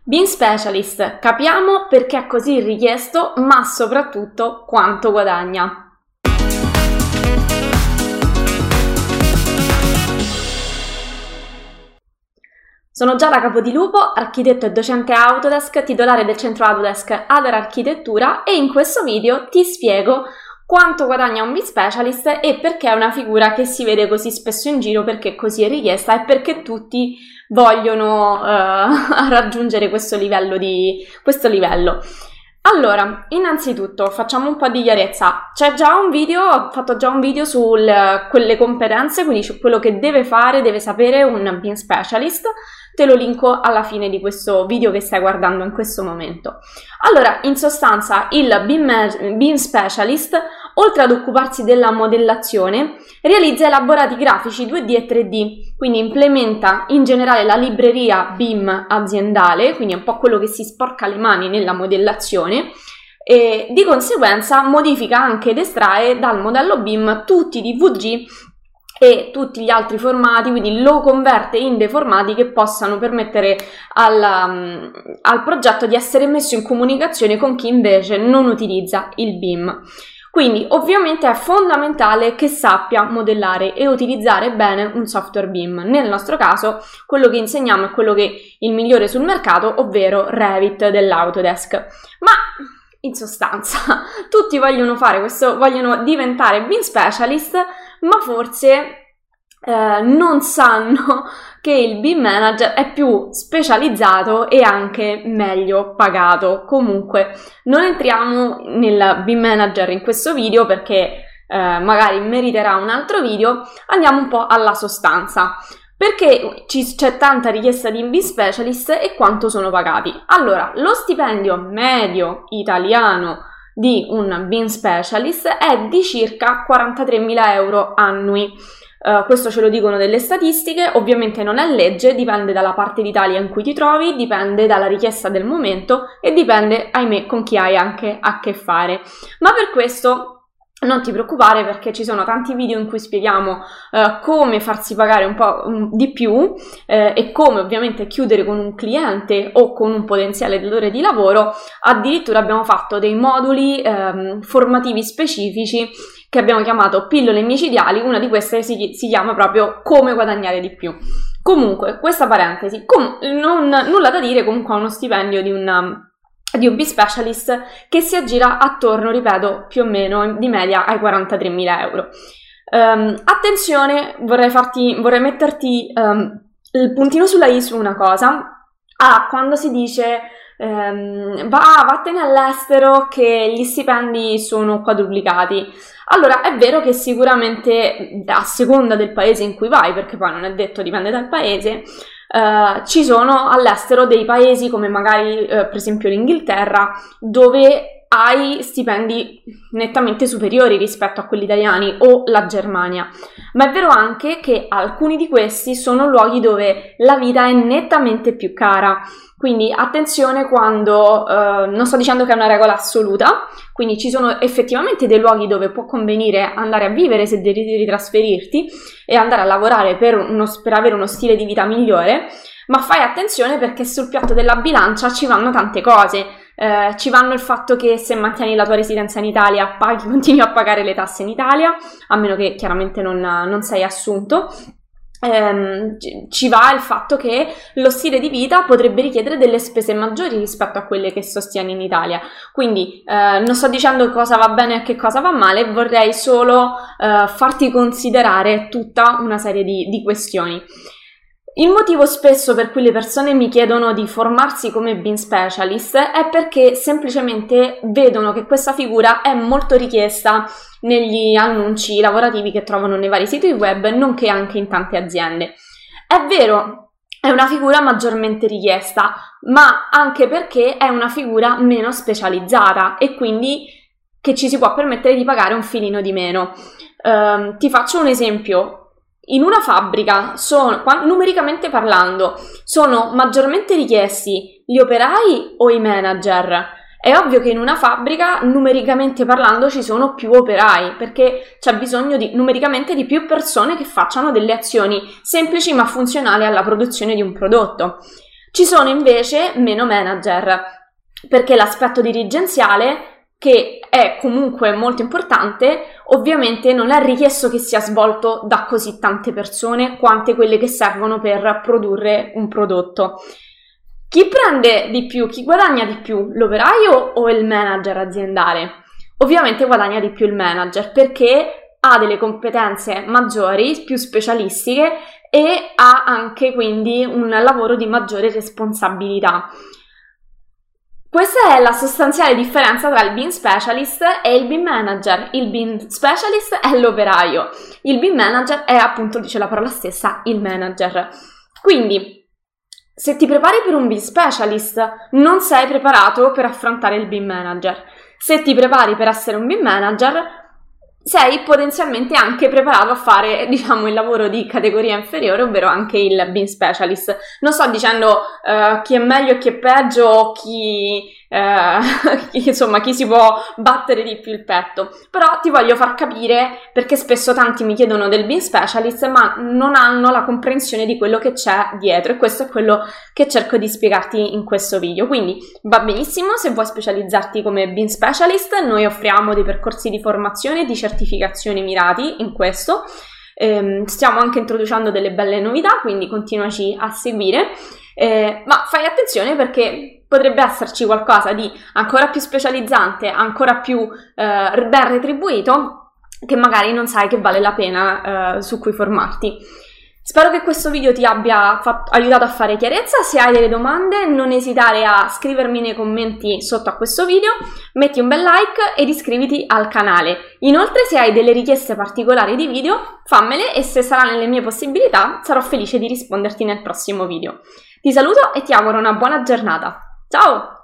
Bean Specialist, capiamo perché è così richiesto, ma soprattutto quanto guadagna. Sono Giada Capodilupo, architetto e docente Autodesk, titolare del centro Autodesk Adar Architettura, e in questo video ti spiego quanto guadagna un Bean Specialist e perché è una figura che si vede così spesso in giro, perché così è richiesta e perché tutti vogliono raggiungere questo livello. Allora, innanzitutto facciamo un po' di chiarezza. C'è già un video, ho fatto già un video su quelle competenze, quindi su quello che deve sapere un Bean Specialist. Te lo linko alla fine di questo video che stai guardando in questo momento. Allora, in sostanza, il Bean Specialist, oltre ad occuparsi della modellazione, realizza elaborati grafici 2D e 3D, quindi implementa in generale la libreria BIM aziendale, quindi è un po' quello che si sporca le mani nella modellazione, e di conseguenza modifica anche ed estrae dal modello BIM tutti i DVG e tutti gli altri formati, quindi lo converte in dei formati che possano permettere al progetto di essere messo in comunicazione con chi invece non utilizza il BIM. Quindi ovviamente è fondamentale che sappia modellare e utilizzare bene un software BIM. Nel nostro caso quello che insegniamo è quello che è il migliore sul mercato, ovvero Revit dell'Autodesk. Ma in sostanza tutti vogliono fare questo, vogliono diventare Bean Specialist, ma forse non sanno che il BIM Manager è più specializzato e anche meglio pagato. Comunque non entriamo nel BIM Manager in questo video perché magari meriterà un altro video. Andiamo un po' alla sostanza. Perché c'è tanta richiesta di BIM Specialist e quanto sono pagati? Allora, lo stipendio medio italiano di un BIM Specialist è di circa 43.000 euro annui. Questo ce lo dicono delle statistiche, ovviamente non è legge, dipende dalla parte d'Italia in cui ti trovi, dipende dalla richiesta del momento e dipende, ahimè, con chi hai anche a che fare. Ma per questo non ti preoccupare, perché ci sono tanti video in cui spieghiamo come farsi pagare un po' di più e come ovviamente chiudere con un cliente o con un potenziale datore di lavoro. Addirittura abbiamo fatto dei moduli formativi specifici che abbiamo chiamato pillole micidiali. Una di queste si chiama proprio come guadagnare di più. Comunque, questa parentesi, nulla da dire, comunque ha uno stipendio di un Bean Specialist che si aggira attorno, ripeto, più o meno di media ai 43.000 euro. Attenzione, vorrei metterti il puntino sulla i su una cosa. Quando si dice vattene all'estero che gli stipendi sono quadruplicati. Allora, è vero che sicuramente a seconda del paese in cui vai, perché poi non è detto, dipende dal paese, ci sono all'estero dei paesi come magari per esempio l'Inghilterra, dove hai stipendi nettamente superiori rispetto a quelli italiani, o la Germania. Ma è vero anche che alcuni di questi sono luoghi dove la vita è nettamente più cara. Quindi attenzione quando, non sto dicendo che è una regola assoluta, quindi ci sono effettivamente dei luoghi dove può convenire andare a vivere se desideri trasferirti e andare a lavorare per avere uno stile di vita migliore, ma fai attenzione perché sul piatto della bilancia ci vanno tante cose. Ci vanno il fatto che se mantieni la tua residenza in Italia continui a pagare le tasse in Italia, a meno che chiaramente non sei assunto. Ci va il fatto che lo stile di vita potrebbe richiedere delle spese maggiori rispetto a quelle che sostieni in Italia. Quindi non sto dicendo cosa va bene e che cosa va male, vorrei solo farti considerare tutta una serie di questioni. Il motivo spesso per cui le persone mi chiedono di formarsi come Bean Specialist è perché semplicemente vedono che questa figura è molto richiesta negli annunci lavorativi che trovano nei vari siti web, nonché anche in tante aziende. È vero, è una figura maggiormente richiesta, ma anche perché è una figura meno specializzata e quindi che ci si può permettere di pagare un filino di meno. Ti faccio un esempio. In una fabbrica, numericamente parlando, sono maggiormente richiesti gli operai o i manager? È ovvio che in una fabbrica, numericamente parlando, ci sono più operai, perché c'è bisogno numericamente di più persone che facciano delle azioni semplici ma funzionali alla produzione di un prodotto. Ci sono invece meno manager, perché l'aspetto dirigenziale, che è comunque molto importante, ovviamente non è richiesto che sia svolto da così tante persone quante quelle che servono per produrre un prodotto. Chi prende di più, chi guadagna di più, l'operaio o il manager aziendale? Ovviamente guadagna di più il manager, perché ha delle competenze maggiori, più specialistiche, e ha anche quindi un lavoro di maggiore responsabilità. Questa è la sostanziale differenza tra il BIM Specialist e il BIM Manager. Il BIM Specialist è l'operaio, il BIM Manager è, appunto, dice la parola stessa, il manager. Quindi, se ti prepari per un BIM Specialist, non sei preparato per affrontare il BIM Manager. Se ti prepari per essere un BIM Manager, sei potenzialmente anche preparato a fare, diciamo, il lavoro di categoria inferiore, ovvero anche il BIM Specialist. Non sto dicendo chi è meglio e chi è peggio, insomma, chi si può battere di più il petto, però ti voglio far capire, perché spesso tanti mi chiedono del BIM Specialist ma non hanno la comprensione di quello che c'è dietro, e questo è quello che cerco di spiegarti in questo video. Quindi va benissimo se vuoi specializzarti come BIM Specialist, noi offriamo dei percorsi di formazione e di certificazioni mirati in questo. Stiamo anche introducendo delle belle novità, quindi continuaci a seguire, ma fai attenzione, perché potrebbe esserci qualcosa di ancora più specializzante, ancora più ben retribuito, che magari non sai che vale la pena su cui formarti. Spero che questo video ti abbia aiutato a fare chiarezza. Se hai delle domande, non esitare a scrivermi nei commenti sotto a questo video, metti un bel like ed iscriviti al canale. Inoltre, se hai delle richieste particolari di video, fammele, e se sarà nelle mie possibilità sarò felice di risponderti nel prossimo video. Ti saluto e ti auguro una buona giornata. Ciao!